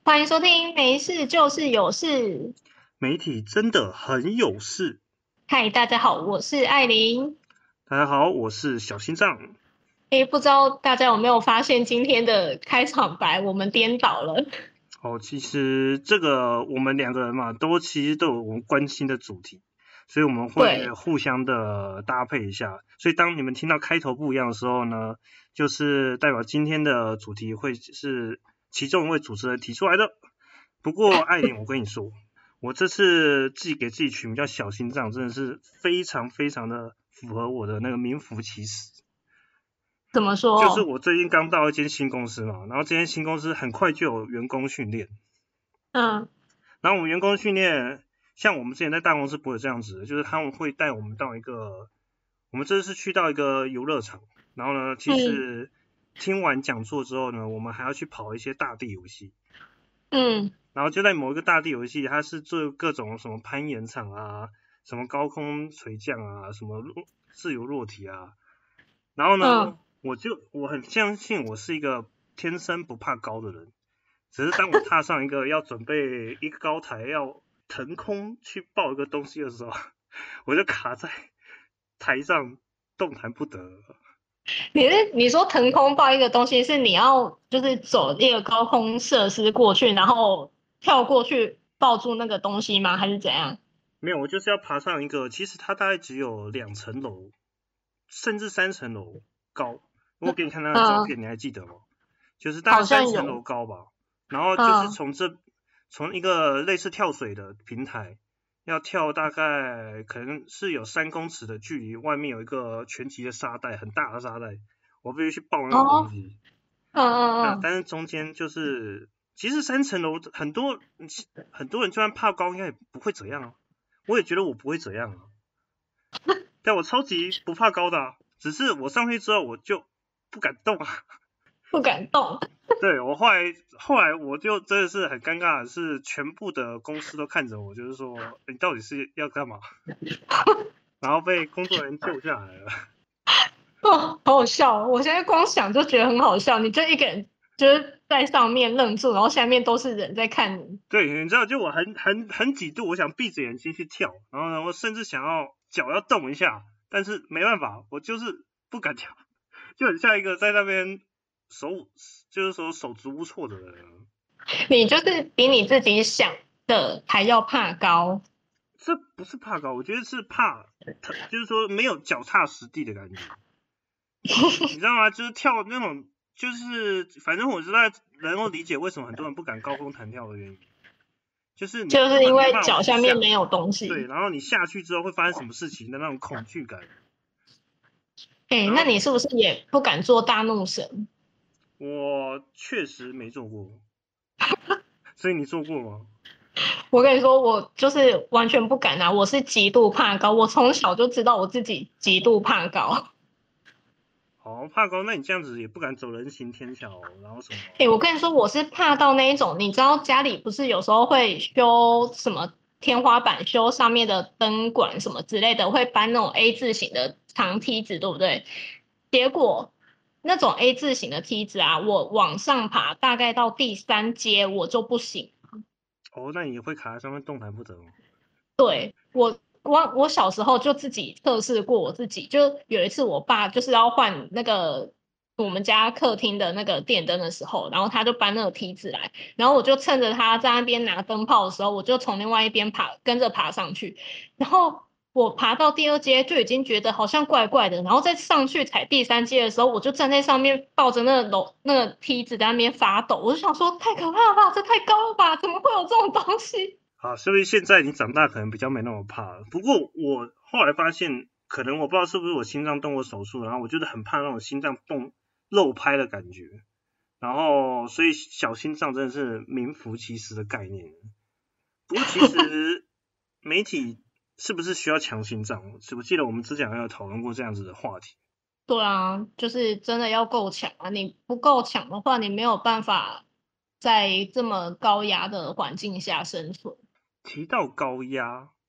欢迎收听《没事就是有事》。 媒体真的很有事。 嗨，大家好，我是艾琳。 大家好，我是小心脏。 不知道大家有没有发现今天的开场白我们颠倒了？ 其实这个我们两个人嘛，其实都有我们关心的主题，所以我们会对， 互相的搭配一下。所以当你们听到开头不一样的时候呢，就是代表今天的主题会是其中一位主持人提出来的。不过艾琳，我跟你说，我这次自己给自己取名叫小心脏，真的是非常非常的符合我的那个名副其实。 怎么就是说？ 我最近刚到一间新公司嘛，然后这间新公司很快就有员工训练， 嗯然后我们员工训练，像我们之前在大公司不会这样子的，就是他们会带我们到一个，我们这次去到一个游乐场，然后呢，其嗯实听完讲座之后呢，我们还要去跑一些大地游戏， 嗯然后就在某一个大地游戏，它是做各种什么攀岩场啊，什么高空垂降啊，什么自由落体啊，然后嗯， 呢，我很相信我是一个天生不怕高的人，只是当我踏上一个要准备一个高台要腾空去抱一个东西的时候，我就卡在台上动弹不得。 你说腾空抱一个东西，是你要就是走一个高空设施过去，然后跳过去抱住那个东西吗？还是怎样？ 没有，我就是要爬上一个，其实它大概只有2层楼，甚至3层楼高。我给你看那个照嗯， 片，你还记得吗？就是大概好三层像有。 楼高吧。然后就是嗯， 从一个类似跳水的平台，要跳大概可能是有3公尺的距离，外面有一个拳击的沙袋，很大的沙袋，我必须去抱那个东哦， 西。 嗯嗯嗯。 但是中间就是，其实3层楼很多人就算怕高，应该也不会怎样啊。我也觉得我不会怎样啊，但我超级不怕高的啊，只是我上去之后我就不敢动啊。 不敢动。 对，我后来我就真的是很尴尬的是，全部的公司都看着我，就是说你到底是要干嘛？然后被工作人员救下来了。 哦，好好笑哦，我现在光想就觉得很好笑。你就一个人就是在上面愣住，然后下面都是人在看你。 对，你知道，就我很几度，我想闭着眼睛去跳，然后呢，我甚至想要脚要动一下，但是没办法，我就是不敢跳，就很像一个在那边手就是说手足无措的人。 你就是比你自己想的还要怕高。 这不是怕高，我觉得是怕，就是说没有脚踏实地的感觉。你知道吗？就是跳那种，就是反正我知道能够理解为什么很多人不敢高空弹跳的原因，就是你根就是因本没办法为脚下面想， 没有东对， 西。 然后你下去之后会发生什么事情的那种恐惧感。然后那你是不是也不敢做大怒神？ 我确实没做过，所以你做过吗？ 我跟你说，我就是完全不敢啊！我是极度怕高，我从小就知道我自己极度怕高。 好，怕高，那你这样子也不敢走人行天桥，然后什么？ 我跟你说，我是怕到那一种，你知道家里不是有时候会修什么天花板，修上面的灯管什么之类的，会搬那种 A 字形的长梯子，对不对？结果那种 A 字形的梯子啊，我往上爬，大概到第3阶我就不行。 那你会卡在上面动弹不得吗？ 对，我小时候就自己测试过我自己，就有一次我爸就是要换那个我们家客厅的那个电灯的时候，然后他就搬那个梯子来，然后我就趁着他在那边拿灯泡的时候，我就从另外一边跟着爬上去，然后我爬到第2阶就已经觉得好像怪怪的，然后再上去踩第3阶的时候，我就站在上面抱着那个梯子在那边发抖，我就想说太可怕了吧，这太高了吧，怎么会有这种东西？ 啊，所以现在你长大可能比较没那么怕了。不过我后来发现，可能我不知道是不是我心脏动过手术，然后我就是很怕那种心脏漏拍的感觉。然后，所以小心脏真的是名副其实的概念。不过其实媒体是不是需要强心脏？我记得我们之前还有讨论过这样子的话题。 对啊，就是真的要够强啊！你不够强的话，你没有办法在这么高压的环境下生存。 提到高压，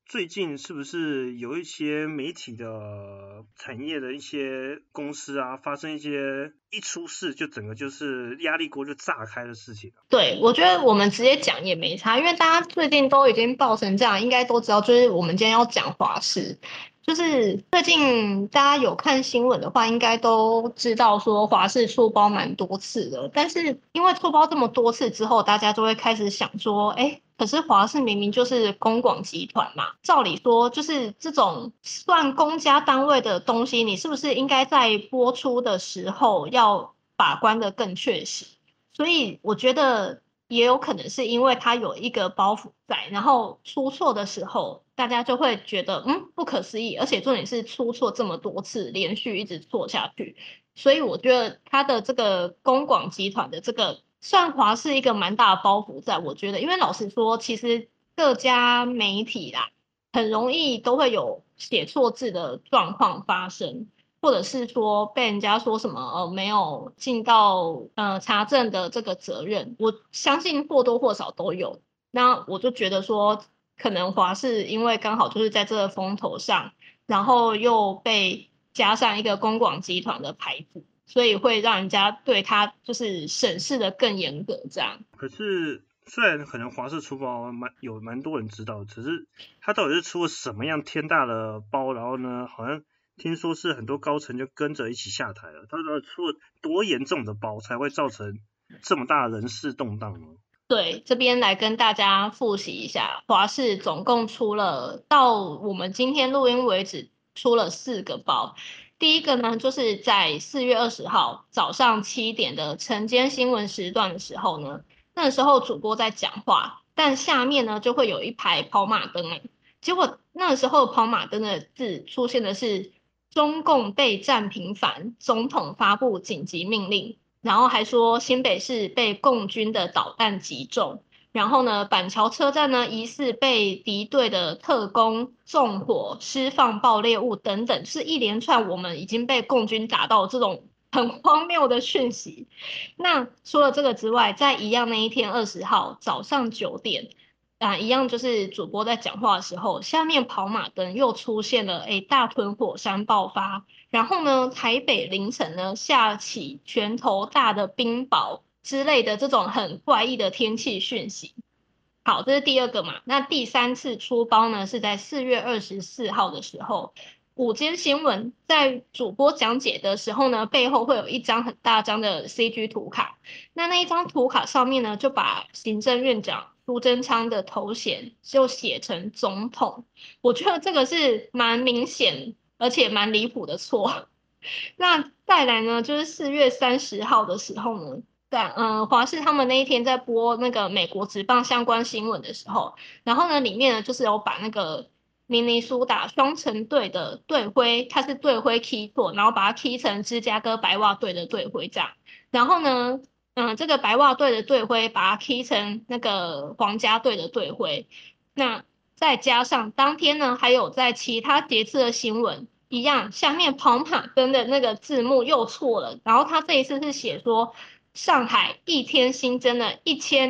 最近是不是有一些媒体的产业的一些公司啊，发生一些一出事就整个就是压力锅就炸开的事情啊？ 对，我觉得我们直接讲也没差，因为大家最近都已经爆成这样，应该都知道，就是我们今天要讲华视。就是最近大家有看新闻的话，应该都知道说华视出包蛮多次的，但是因为出包这么多次之后，大家就会开始想说，哎，可是华视明明就是公广集团嘛，照理说就是这种算公家单位的东西，你是不是应该在播出的时候要把关的更确实？所以我觉得也有可能是因为他有一个包袱在，然后出错的时候，大家就会觉得不可思议，而且重点是出错这么多次，连续一直错下去，所以我觉得他的这个公广集团的这个算华是一个蛮大的包袱在，我觉得，因为老实说，其实各家媒体啦，很容易都会有写错字的状况发生。或者是说被人家说什么没有尽到查证的这个责任，我相信或多或少都有。那我就觉得说，可能华视因为刚好就是在这个风头上，然后又被加上一个公广集团的牌子，所以会让人家对他就是审视的更严格这样。 可是虽然可能华视出包有蛮多人知道，只是他到底是出了什么样天大的包，然后呢，好像听说是很多高层就跟着一起下台了。他到底出了多严重的包，才会造成这么大的人事动荡呢？ 对，这边来跟大家复习一下，华视总共出了到我们今天录音为止出了4个包。第一个呢，就是在4月20号早上7点的晨间新闻时段的时候呢，那时候主播在讲话，但下面呢就会有一排跑马灯啊，结果那时候跑马灯的字出现的是中共备战频繁，总统发布紧急命令。然后还说新北市被共军的导弹击中，然后呢，板桥车站呢疑似被敌对的特工纵火、释放爆裂物等等，是一连串我们已经被共军打到这种很荒谬的讯息。那除了这个之外，在一样那一天20号早上9点。一样就是主播在讲话的时候，下面跑马灯又出现了，大屯火山爆发，然后呢，台北凌晨呢下起拳头大的冰雹之类的这种很怪异的天气讯息。好，这是第二个嘛。那第3次出包呢，是在4月24号的时候，午间新闻在主播讲解的时候呢，背后会有一张很大张的 CG 图卡。那一张图卡上面呢，就把行政院长苏贞昌的头衔就写成总统。我觉得这个是蛮明显而且蛮离谱的错。那再来呢，就是4月30号的时候呢，华视他们那一天在播那个美国职棒相关新闻的时候，然后呢，里面呢就是有把那个明尼苏达双城队的队徽，它是队徽 key 错，然后把它 key 成芝加哥白袜队的队徽这样，然后呢，这个白袜队的队徽把它 key 成那个皇家队的队徽，那再加上当天呢，还有在其他节次的新闻。一样，下面跑马灯的那个字幕又错了，然后他这一次是写说上海一天新增了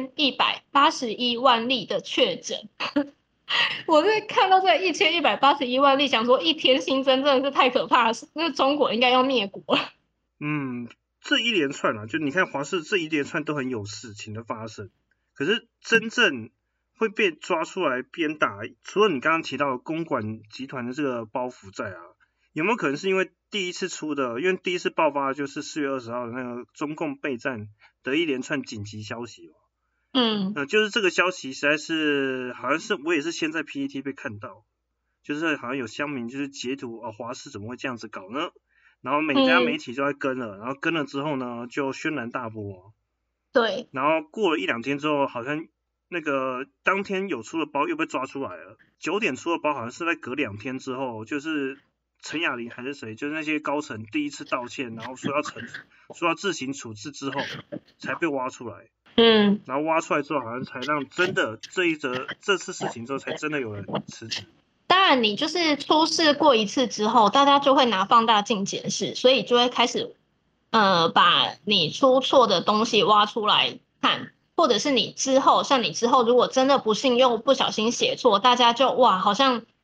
1181万例的确诊。我是看到这1181万例，想说一天新增真的是太可怕了，那中国应该要灭国了。 这一连串啊，就你看华视这一连串都很有事情的发生，可是真正会被抓出来鞭打，除了你刚刚提到的公管集团的这个包袱在啊，有没有可能是因为第一次出的，因为第一次爆发的就是4月20号的那个中共备战的一连串紧急消息嘛？就是这个消息实在是，好像是我也是先在 PTT 被看到，就是好像有乡民就是截图华视怎么会这样子搞呢？然后每家媒体都在跟了，然后跟了之后呢，就轩然大波。 对。 然后过了1-2天之后，好像那个当天有出的包又被抓出来了，9点出的包好像是在隔2天之后，就是陈雅玲还是谁，就是那些高层第一次道歉，然后说要自行处置之后，才被挖出来。然后挖出来之后，好像才让真的这次事情之后，才真的有人辞职。 当然，你就是出事过一次之后，大家就会拿放大镜检视，所以就会开始把你出错的东西挖出来看，或者是像你之后如果真的不幸又不小心写错，大家就哇好像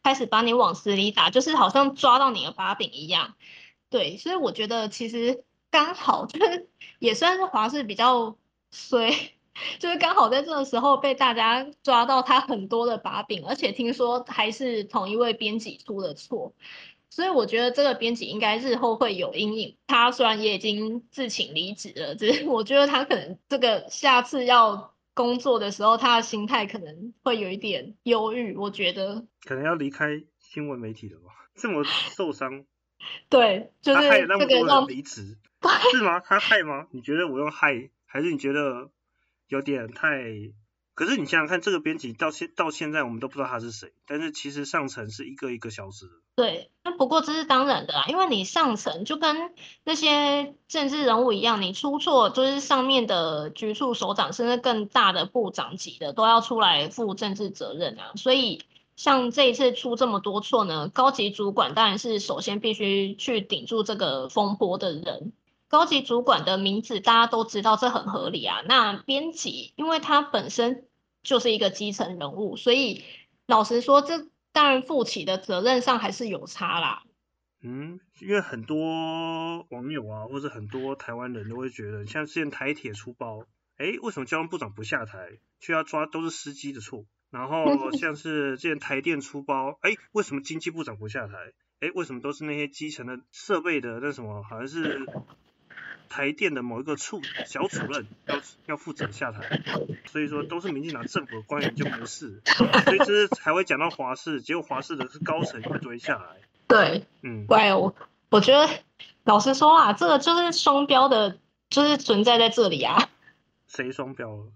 开始把你往死里打，就是好像抓到你的把柄一样。对，所以我觉得其实刚好就是也算是华视比较衰，就是刚好在这个时候被大家抓到他很多的把柄，而且听说还是同一位编辑出的错，所以我觉得这个编辑应该日后会有阴影。他虽然也已经自请离职了，只是我觉得他可能这个下次要工作的时候，他的心态可能会有一点忧郁，我觉得。 可能要离开新闻媒体了吧？这么受伤， 对，就他害了是那么多人这个让离职，是吗？他害吗？你觉得我用害，还是你觉得有点太？可是你想想看，这个编辑到现在我们都不知道他是谁，但是其实上层是一个一个消失的。 对，那不过这是当然的啦，因为你上层就跟那些政治人物一样，你出错就是上面的局处首长，甚至更大的部长级的都要出来负政治责任啊。所以像这一次出这么多错呢，高级主管当然是首先必须去顶住这个风波的人。高级主管的名字大家都知道，这很合理啊。那编辑，因为他本身就是一个基层人物，所以老实说，这当然负起的责任上还是有差啦。 因为很多网友啊，或者很多台湾人都会觉得，像之前台铁出包，为什么交通部长不下台，却要抓都是司机的错？然后像是之前台电出包，为什么经济部长不下台？为什么都是那些基层的设备的那什么，好像是台电的某一个小主任要负责下台，所以说都是民进党政府的官员就没事，所以这是才会讲到华视，结果华视的是高层一堆下来。 对，对，我觉得老实说啊，这个就是双标的，就是存在在这里啊。 谁双标了？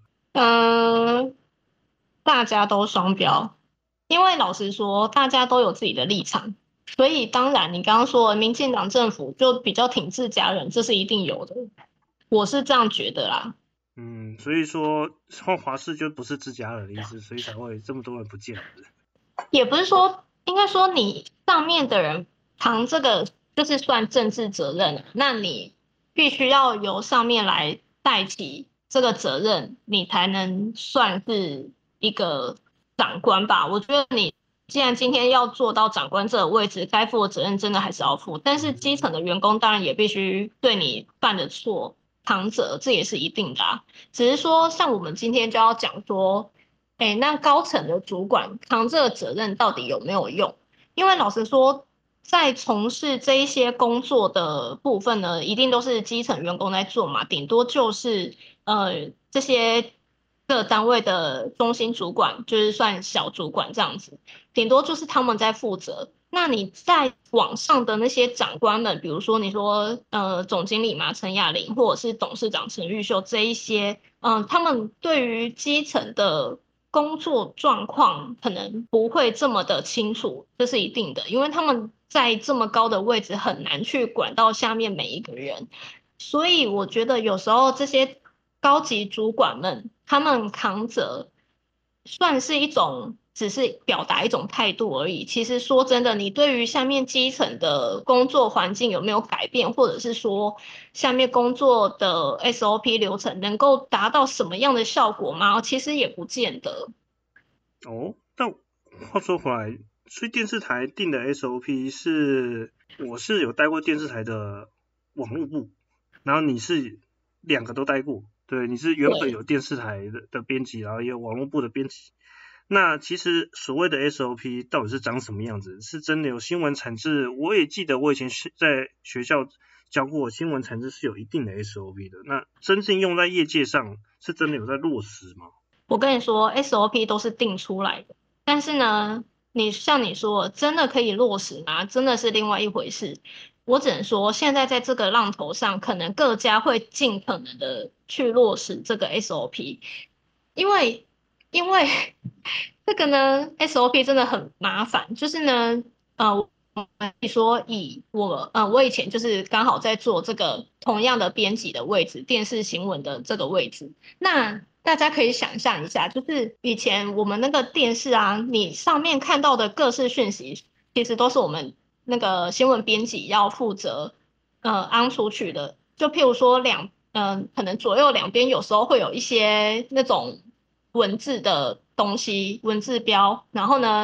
大家都双标，因为老实说，大家都有自己的立场，所以当然你刚刚说民进党政府就比较挺自家人，这是一定有的，我是这样觉得啦。 所以说换华视就不是自家人的意思，所以才会这么多人不见了。 也不是说，应该说你上面的人扛这个就是算政治责任啊，那你必须要由上面来带起这个责任，你才能算是一个长官吧。我觉得你既然今天要做到长官这个位置，该负的责任真的还是要负，但是基层的员工当然也必须对你犯的错扛责，这也是一定的啊。只是说，像我们今天就要讲说。那高层的主管扛这个责任到底有没有用？因为老实说，在从事这一些工作的部分呢，一定都是基层员工在做嘛，顶多就是这些各单位的中心主管，就是算小主管这样子，顶多就是他们在负责。那你在网上的那些长官们，比如说你说总经理嘛陈雅玲，或者是董事长陈玉秀这一些，他们对于基层的工作状况可能不会这么的清楚，这是一定的，因为他们在这么高的位置很难去管到下面每一个人，所以我觉得有时候这些高级主管们他们扛责，算是一种只是表达一种态度而已。其实说真的，你对于下面基层的工作环境有没有改变，或者是说下面工作的 SOP 流程能够达到什么样的效果吗？其实也不见得。 但话说回来，所以电视台定的 SOP 是，我是有待过电视台的网络部，然后你是两个都待过，对，你是原本有电视台的编辑，然后也有网络部的编辑。那其实所谓的 SOP 到底是长什么样子？是真的有新闻产制？我也记得我以前在学校教过，新闻产制是有一定的 SOP 的。那真正用在业界上，是真的有在落实吗？ 我跟你说，SOP 都是定出来的，但是呢，像你说，真的可以落实吗？真的是另外一回事。我只能说，现在在这个浪头上，可能各家会尽可能的去落实这个 SOP，因为因为这个呢，SOP 真的很麻烦。就是呢，你说我以前就是刚好在做这个同样的编辑的位置，电视新闻的这个位置。那大家可以想象一下，就是以前我们那个电视啊，你上面看到的各式讯息，其实都是我们那个新闻编辑要负责安出去的。就譬如说可能左右两边有时候会有一些那种文字的东西，文字标，然后呢。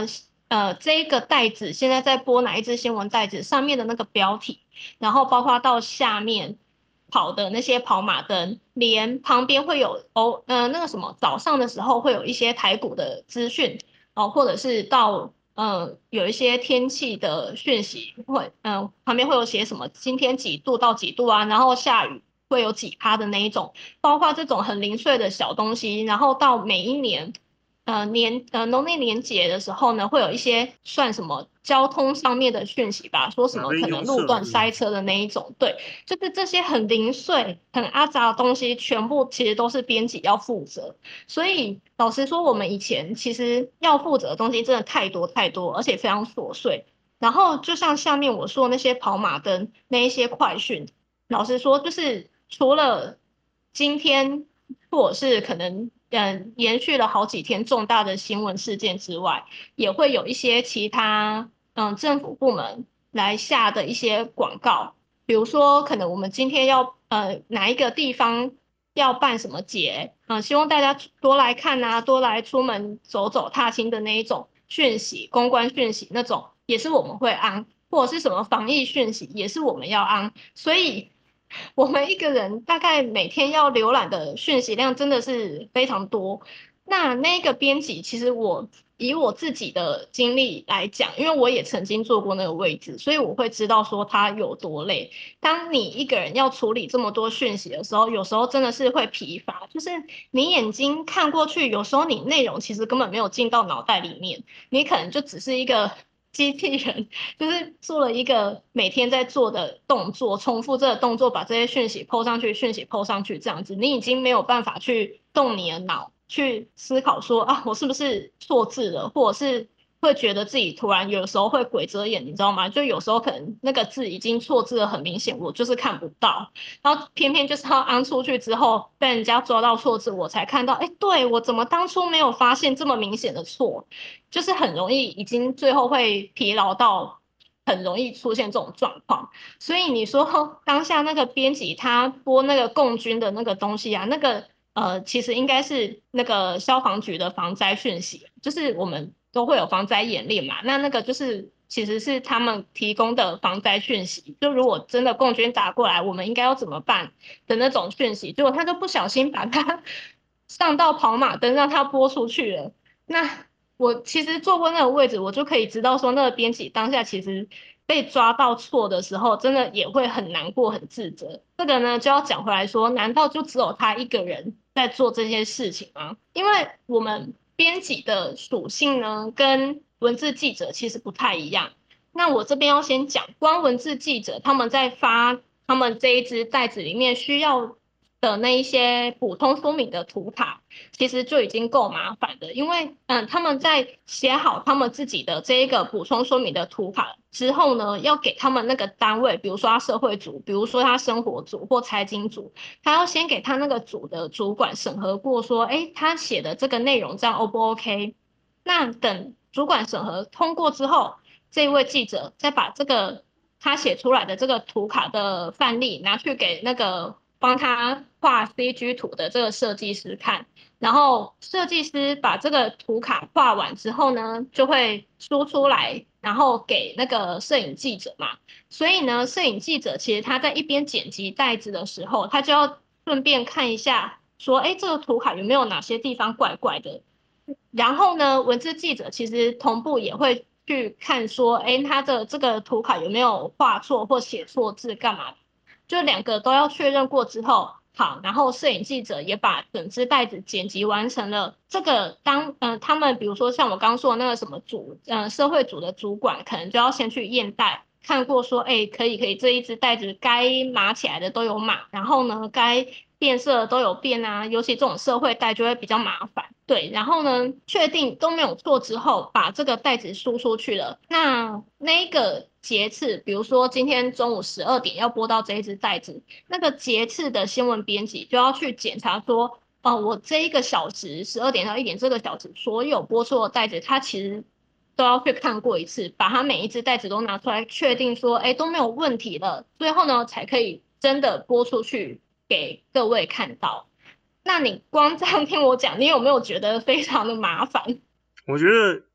这一个袋子现在在播哪一支新闻袋子上面的那个标题，然后包括到下面跑的那些跑马灯，连旁边会有那个什么早上的时候会有一些台股的资讯哦，或者是到有一些天气的讯息会旁边会有写什么今天几度到几度啊，然后下雨会有几趴的那一种，包括这种很零碎的小东西，然后到每一年。农历年节的时候呢，会有一些算什么交通上面的讯息吧，说什哪边么可能路拥塞， 段塞车的那一种，对，就是这些很零碎、很阿杂的东西，全部其实都是编辑要负责。所以老实说，我们以前其实要负责的东西真的太多太多，而且非常琐碎。然后就像下面我说的那些跑马灯那一些快讯，老实说，就是除了今天或者是可能延续了好几天重大的新闻事件之外，也会有一些其他政府部门来下的一些广告，比如说可能我们今天要哪一个地方要办什么节，希望大家多来看啊，多来出门走走踏青的那一种讯息，公关讯息那种也是我们会安，或者是什么防疫讯息也是我们要安，所以我们一个人大概每天要浏览的讯息量真的是非常多。那个编辑，其实以我自己的经历来讲，因为我也曾经做过那个位置，所以我会知道说他有多累。当你一个人要处理这么多讯息的时候，有时候真的是会疲乏，就是你眼睛看过去，有时候你内容其实根本没有进到脑袋里面，你可能就只是一个机器人，就是做了一个每天在做的动作，重复这个动作，把这些讯息抛上去，讯息抛上去，这样子，你已经没有办法去动你的脑，去思考说啊，我是不是错字了，或者是会觉得自己突然有时候会鬼遮眼，你知道吗？就有时候可能那个字已经错字了，很明显，我就是看不到，然后偏偏就是要安出去之后，被人家抓到错字，我才看到，哎，对，我怎么当初没有发现这么明显的错？就是很容易已经最后会疲劳到很容易出现这种状况。所以你说当下那个编辑他播那个共军的那个东西啊，那个其实应该是那个消防局的防灾讯息，就是我们都会有防灾演练嘛，那个就是其实是他们提供的防灾讯息，就如果真的共军打过来，我们应该要怎么办的那种讯息，结果他就不小心把它上到跑马灯，让它播出去了。那我其实坐过那个位置，我就可以知道说，那个编辑当下其实被抓到错的时候，真的也会很难过、很自责。这个呢，就要讲回来说，难道就只有他一个人在做这些事情吗？因为我们编辑的属性呢，跟文字记者其实不太一样。那我这边要先讲，光文字记者他们在发他们这一支袋子里面需要的那一些普通说明的图卡，其实就已经够麻烦的，因为他们在写好他们自己的这一个补充说明的图卡之后呢，要给他们那个单位，比如说他社会组，比如说他生活组或财经组，他要先给他那个组的主管审核过，说，哎，他写的这个内容这样 O 不 OK？那等主管审核通过之后，这位记者再把这个他写出来的这个图卡的范例拿去给那个帮他画 CG 图的这个设计师看，然后设计师把这个图卡画完之后呢，就会输出来，然后给那个摄影记者嘛。所以呢，摄影记者其实他在一边剪辑带子的时候，他就要顺便看一下，说，哎，这个图卡有没有哪些地方怪怪的？然后呢，文字记者其实同步也会去看说，哎，他的这个图卡有没有画错或写错字干嘛？就两个都要确认过之后，好，然后摄影记者也把整只袋子剪辑完成了。这个他们比如说像我刚刚说的那个什么社会组的主管，可能就要先去验袋。看过说，哎，可以，这一只袋子该码起来的都有码，然后呢，该变色的都有变啊，尤其这种社会袋就会比较麻烦。对，然后呢，确定都没有错之后，把这个袋子输出去了。那一个节次，比如说今天中午12点要播到这一只袋子，那个节次的新闻编辑就要去检查说，哦，我这一个小时12点到1点这个小时所有播出的袋子，它其实都要去看过一次，把它每一只袋子都拿出来，确定说，哎，都没有问题了，最后呢才可以真的播出去给各位看到。那你光这样听我讲，你有没有觉得非常的麻烦？ 我觉得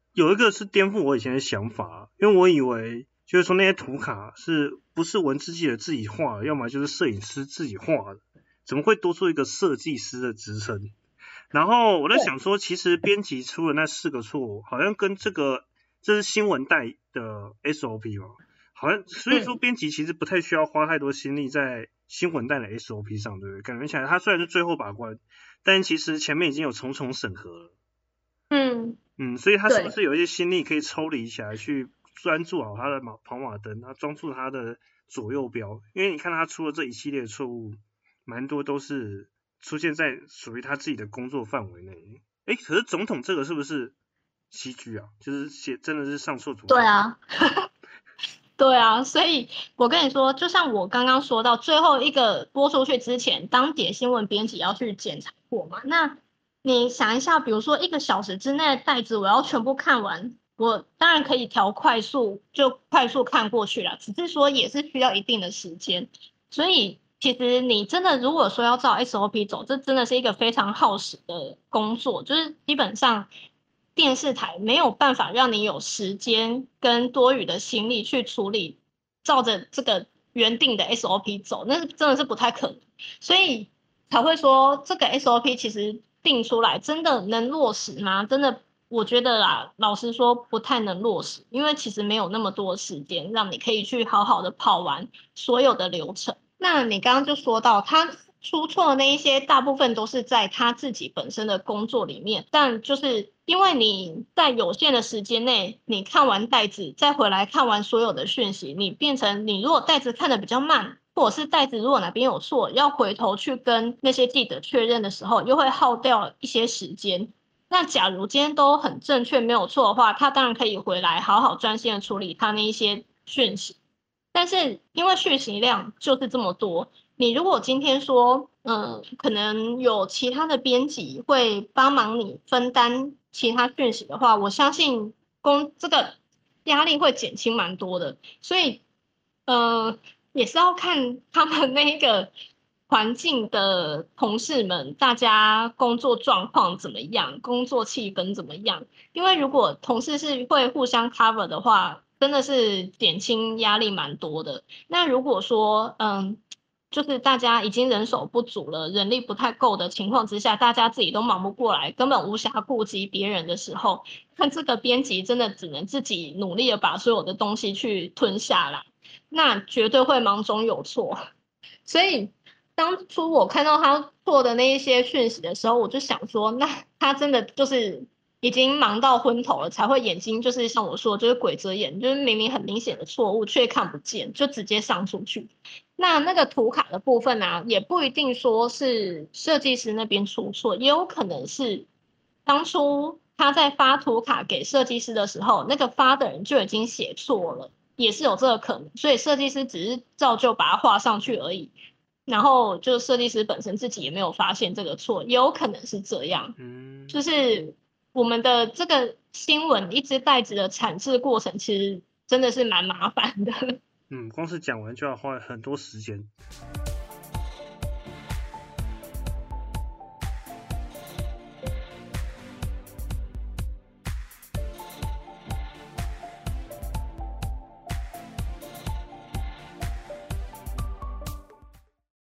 有一个是颠覆我以前的想法，因为我以为就是说那些图卡是不是文字记者自己画的，要么就是摄影师自己画的，怎么会多出一个设计师的职称？然后我在想说，其实编辑出了那4个错误，好像跟这是新闻带的 SOP 嘛，好像所以说编辑其实不太需要花太多心力在新闻带的 SOP 上，对不对？感觉起来他虽然是最后把关，但其实前面已经有重重审核了。所以他是不是有一些心力可以抽离起来，去专注好他的跑马灯，他专注他的左右标？因为你看他出了这一系列的错误，蛮多都是出现在属于他自己的工作范围内。可是总统这个是不是戏剧啊？就是真的是上错图？ 对啊，对啊，所以我跟你说，就像我刚刚说到，最后一个播出去之前，当地新闻编辑要去检查过嘛。那你想一下，比如说1个小时之内的带子，我要全部看完，我当然可以调快速，就快速看过去了。只是说也是需要一定的时间，所以其实你真的如果说要照 SOP 走，这真的是一个非常耗时的工作，就是基本上电视台没有办法让你有时间跟多余的心力去处理，照着这个原定的 SOP 走，那真的是不太可能，所以才会说这个 SOP 其实定出来真的能落实吗？真的，我觉得啦，老实说不太能落实，因为其实没有那么多时间让你可以去好好的跑完所有的流程。那你刚刚就说到他出错的那一些，大部分都是在他自己本身的工作里面，但就是因为你在有限的时间内，你看完带子，再回来看完所有的讯息，你变成你如果带子看得比较慢，或者是带子如果哪边有错，要回头去跟那些记者确认的时候，又会耗掉一些时间。那假如今天都很正确没有错的话，他当然可以回来好好专心的处理他那一些讯息。但是因为讯息量就是这么多，你如果今天说，可能有其他的编辑会帮忙你分担其他讯息的话，我相信这个压力会减轻蛮多的。所以，也是要看他们那个环境的同事们，大家工作状况怎么样，工作气氛怎么样。因为如果同事是会互相 cover 的话，真的是减轻压力蛮多的。那如果说，就是大家已经人手不足了，人力不太够的情况之下，大家自己都忙不过来，根本无暇顾及别人的时候，看这个编辑真的只能自己努力的把所有的东西去吞下来，那绝对会忙中有错。所以当初我看到他做的那一些讯息的时候，我就想说，那他真的就是已经忙到昏头了，才会眼睛就是像我说，就是鬼遮眼，就是明明很明显的错误却看不见，就直接上出去。那个图卡的部分啊，也不一定说是设计师那边出错，也有可能是当初他在发图卡给设计师的时候，那个发的人就已经写错了，也是有这个可能，所以设计师只是照旧把它画上去而已。然后就设计师本身自己也没有发现这个错，也有可能是这样。就是我们的这个新闻一只袋子的产制过程，其实真的是蛮麻烦的。 光是讲完就要花很多时间。